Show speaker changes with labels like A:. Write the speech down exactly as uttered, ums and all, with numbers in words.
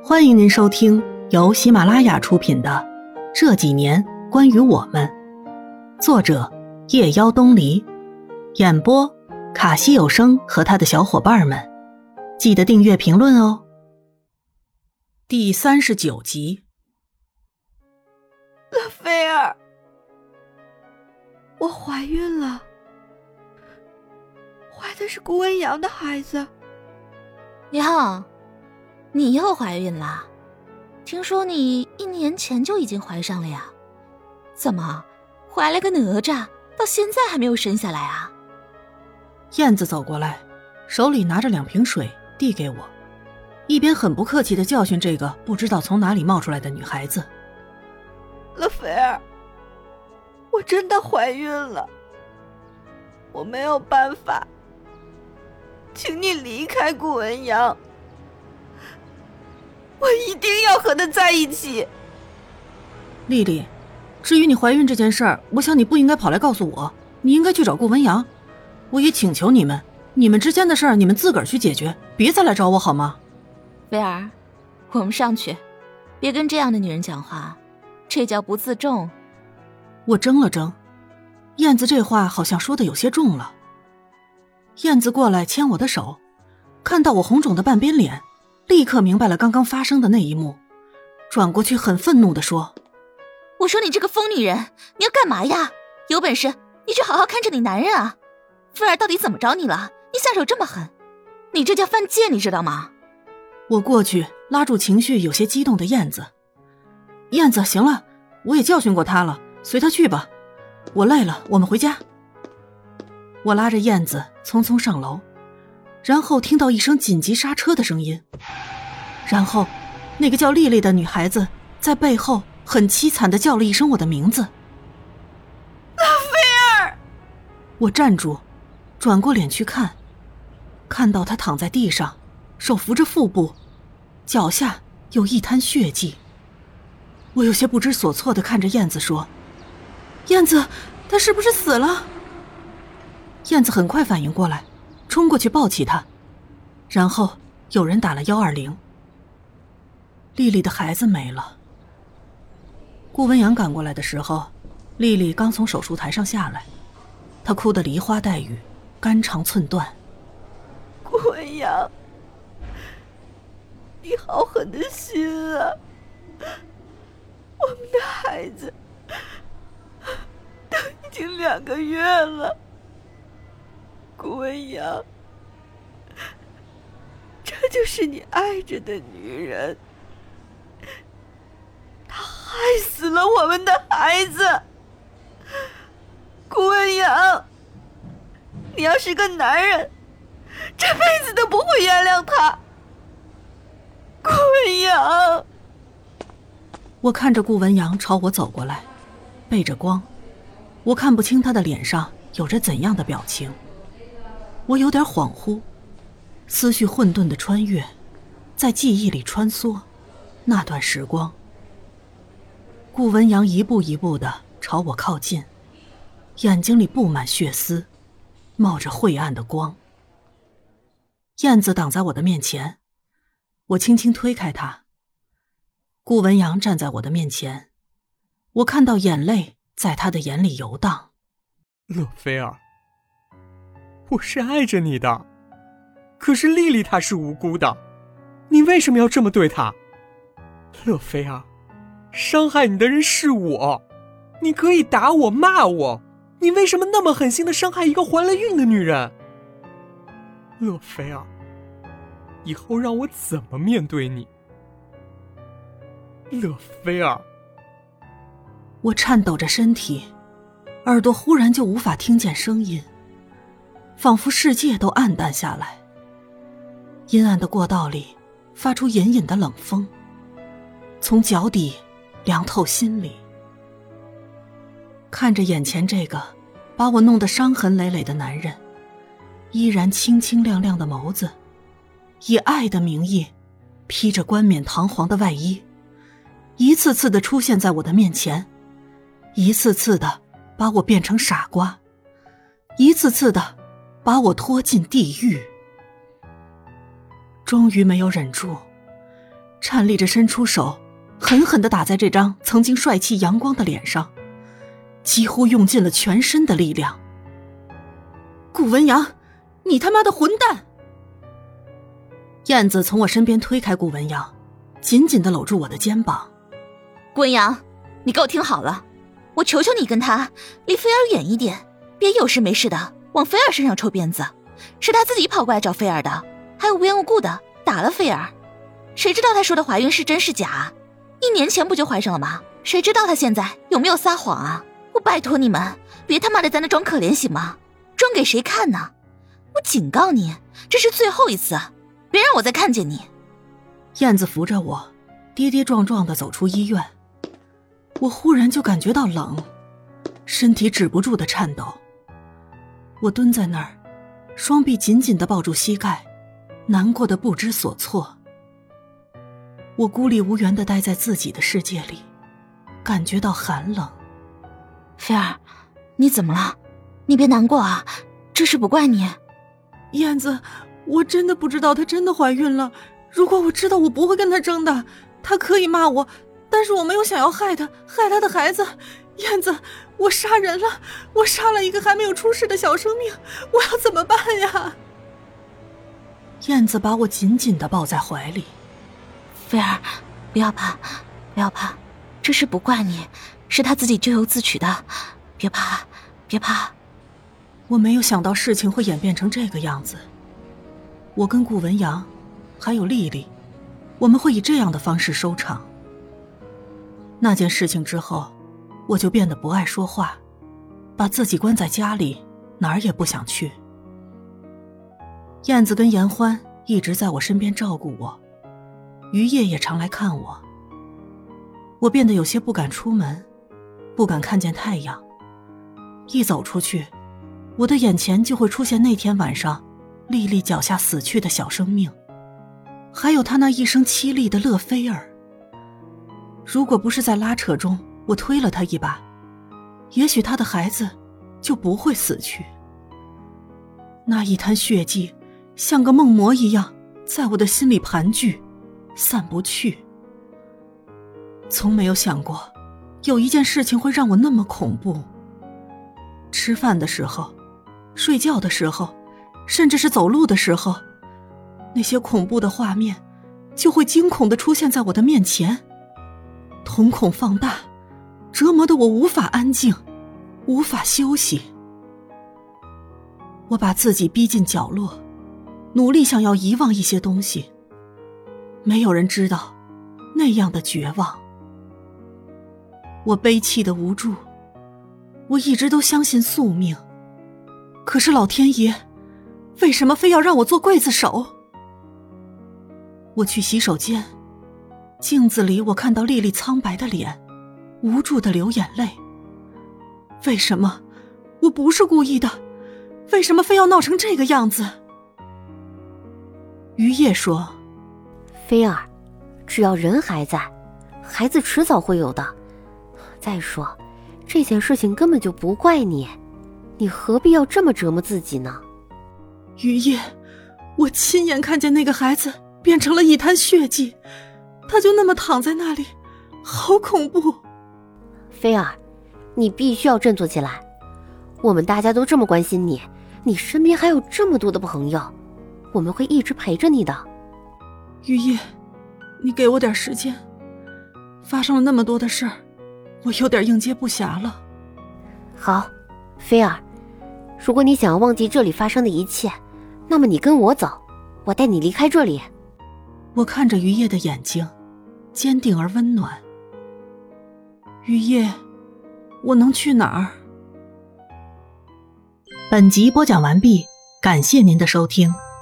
A: 欢迎您收听由喜马拉雅出品的《这几年关于我们》，作者夜妖东篱，演播卡西有声和他的小伙伴们。记得订阅评论哦。第三十九集。
B: 乐菲儿，我怀孕了，怀的是顾文阳的孩子。
C: 娘，你又怀孕了？听说你一年前就已经怀上了呀？怎么怀了个哪吒，到现在还没有生下来啊？
A: 燕子走过来，手里拿着两瓶水递给我，一边很不客气地教训这个不知道从哪里冒出来的女孩子。
B: 乐菲儿，我真的怀孕了，我没有办法，请你离开顾文阳，我一定要和他在一起。
A: 丽丽，至于你怀孕这件事儿，我想你不应该跑来告诉我，你应该去找顾文阳。我也请求你们，你们之间的事儿你们自个儿去解决，别再来找我好吗？
C: 菲儿，我们上去，别跟这样的女人讲话，这叫不自重。
A: 我怔了怔，燕子这话好像说的有些重了。燕子过来牵我的手，看到我红肿的半边脸，立刻明白了刚刚发生的那一幕，转过去很愤怒地说：
C: 我说你这个疯女人，你要干嘛呀？有本事你去好好看着你男人啊！菲儿到底怎么着你了？你下手这么狠，你这叫犯贱，你知道吗？
A: 我过去拉住情绪有些激动的燕子。燕子，行了，我也教训过他了，随他去吧，我累了，我们回家。我拉着燕子匆匆上楼，然后听到一声紧急刹车的声音，然后那个叫丽丽的女孩子在背后很凄惨地叫了一声我的名字。
B: 乐菲儿！
A: 我站住，转过脸去看，看到她躺在地上，手扶着腹部，脚下有一滩血迹。我有些不知所措地看着燕子说：燕子，她是不是死了？燕子很快反应过来，冲过去抱起她，然后有人打了一二零。丽丽的孩子没了。顾文阳赶过来的时候，丽丽刚从手术台上下来，她哭得梨花带雨，肝肠寸断。
B: 顾文阳，你好狠的心啊！我们的孩子都已经两个月了，顾文阳，这就是你爱着的女人，她害死了我们的孩子。顾文阳，你要是个男人，这辈子都不会原谅她。顾文阳。
A: 我看着顾文阳朝我走过来，背着光，我看不清他的脸上有着怎样的表情。我有点恍惚，思绪混沌的穿越，在记忆里穿梭那段时光。顾文阳一步一步地朝我靠近，眼睛里布满血丝，冒着晦暗的光。燕子挡在我的面前，我轻轻推开他。顾文阳站在我的面前，我看到眼泪在他的眼里游荡。
D: 乐菲儿，我是爱着你的，可是丽丽她是无辜的，你为什么要这么对她？乐菲儿，伤害你的人是我，你可以打我骂我，你为什么那么狠心地伤害一个怀了孕的女人？乐菲儿，以后让我怎么面对你？乐菲儿，
A: 我颤抖着身体，耳朵忽然就无法听见声音，仿佛世界都暗淡下来。阴暗的过道里发出隐隐的冷风，从脚底凉透心里。看着眼前这个把我弄得伤痕累累的男人，依然清清亮亮的眸子，以爱的名义披着冠冕堂皇的外衣，一次次地出现在我的面前，一次次地把我变成傻瓜，一次次地把我拖进地狱。终于没有忍住， 颤栗着伸出手，狠狠地打在这张曾经帅气阳光的脸上，几乎用尽了全身的力量。顾文阳，你他妈的混蛋！燕子从我身边推开顾文阳，紧紧地搂住我的肩膀。
C: 顾文阳，你给我听好了，我求求你跟他离菲儿远一点，别有事没事的往菲儿身上抽鞭子。是他自己跑过来找菲儿的，还无缘无故的打了菲儿。谁知道他说的怀孕是真是假？一年前不就怀上了吗？谁知道他现在有没有撒谎啊？我拜托你们，别他妈的在那装可怜行吗？装给谁看呢？我警告你，这是最后一次，别让我再看见你。
A: 燕子扶着我，跌跌撞撞地走出医院。我忽然就感觉到冷，身体止不住地颤抖。我蹲在那儿，双臂紧紧地抱住膝盖，难过得不知所措。我孤立无援地待在自己的世界里，感觉到寒冷。
C: 菲儿，你怎么了？你别难过啊，这事不怪你。
A: 燕子，我真的不知道她真的怀孕了。如果我知道，我不会跟她争的。她可以骂我，但是我没有想要害她，害她的孩子。燕子，我杀人了，我杀了一个还没有出世的小生命，我要怎么办呀？燕子把我紧紧地抱在怀里。
C: 菲儿，不要怕，不要怕，这事不怪你，是他自己咎由自取的，别怕，别怕。
A: 我没有想到事情会演变成这个样子。我跟顾文阳，还有丽丽，我们会以这样的方式收场。那件事情之后，我就变得不爱说话，把自己关在家里，哪儿也不想去。燕子跟严欢一直在我身边照顾我，于夜也常来看我。我变得有些不敢出门，不敢看见太阳。一走出去，我的眼前就会出现那天晚上丽丽脚下死去的小生命，还有她那一声凄厉的乐菲儿。如果不是在拉扯中我推了她一把，也许她的孩子就不会死去。那一滩血迹像个梦魔一样在我的心里盘踞，散不去。从没有想过有一件事情会让我那么恐怖。吃饭的时候，睡觉的时候，甚至是走路的时候，那些恐怖的画面就会惊恐地出现在我的面前，瞳孔放大，折磨得我无法安静，无法休息。我把自己逼进角落，努力想要遗忘一些东西。没有人知道那样的绝望。我悲泣的无助，我一直都相信宿命，可是老天爷为什么非要让我做刽子手？我去洗手间，镜子里我看到丽丽苍白的脸，无助地流眼泪。为什么？我不是故意的，为什么非要闹成这个样子？于夜说：
E: 菲儿，只要人还在，孩子迟早会有的。再说，这件事情根本就不怪你，你何必要这么折磨自己呢？
A: 于夜，我亲眼看见那个孩子变成了一滩血迹，他就那么躺在那里，好恐怖。
E: 菲儿，你必须要振作起来，我们大家都这么关心你，你身边还有这么多的朋友，我们会一直陪着你的。
A: 于夜，你给我点时间，发生了那么多的事儿，我有点应接不暇了。
E: 好，菲儿，如果你想要忘记这里发生的一切，那么你跟我走，我带你离开这里。
A: 我看着于夜的眼睛，坚定而温暖。于夜，我能去哪儿？本集播讲完毕，感谢您的收听。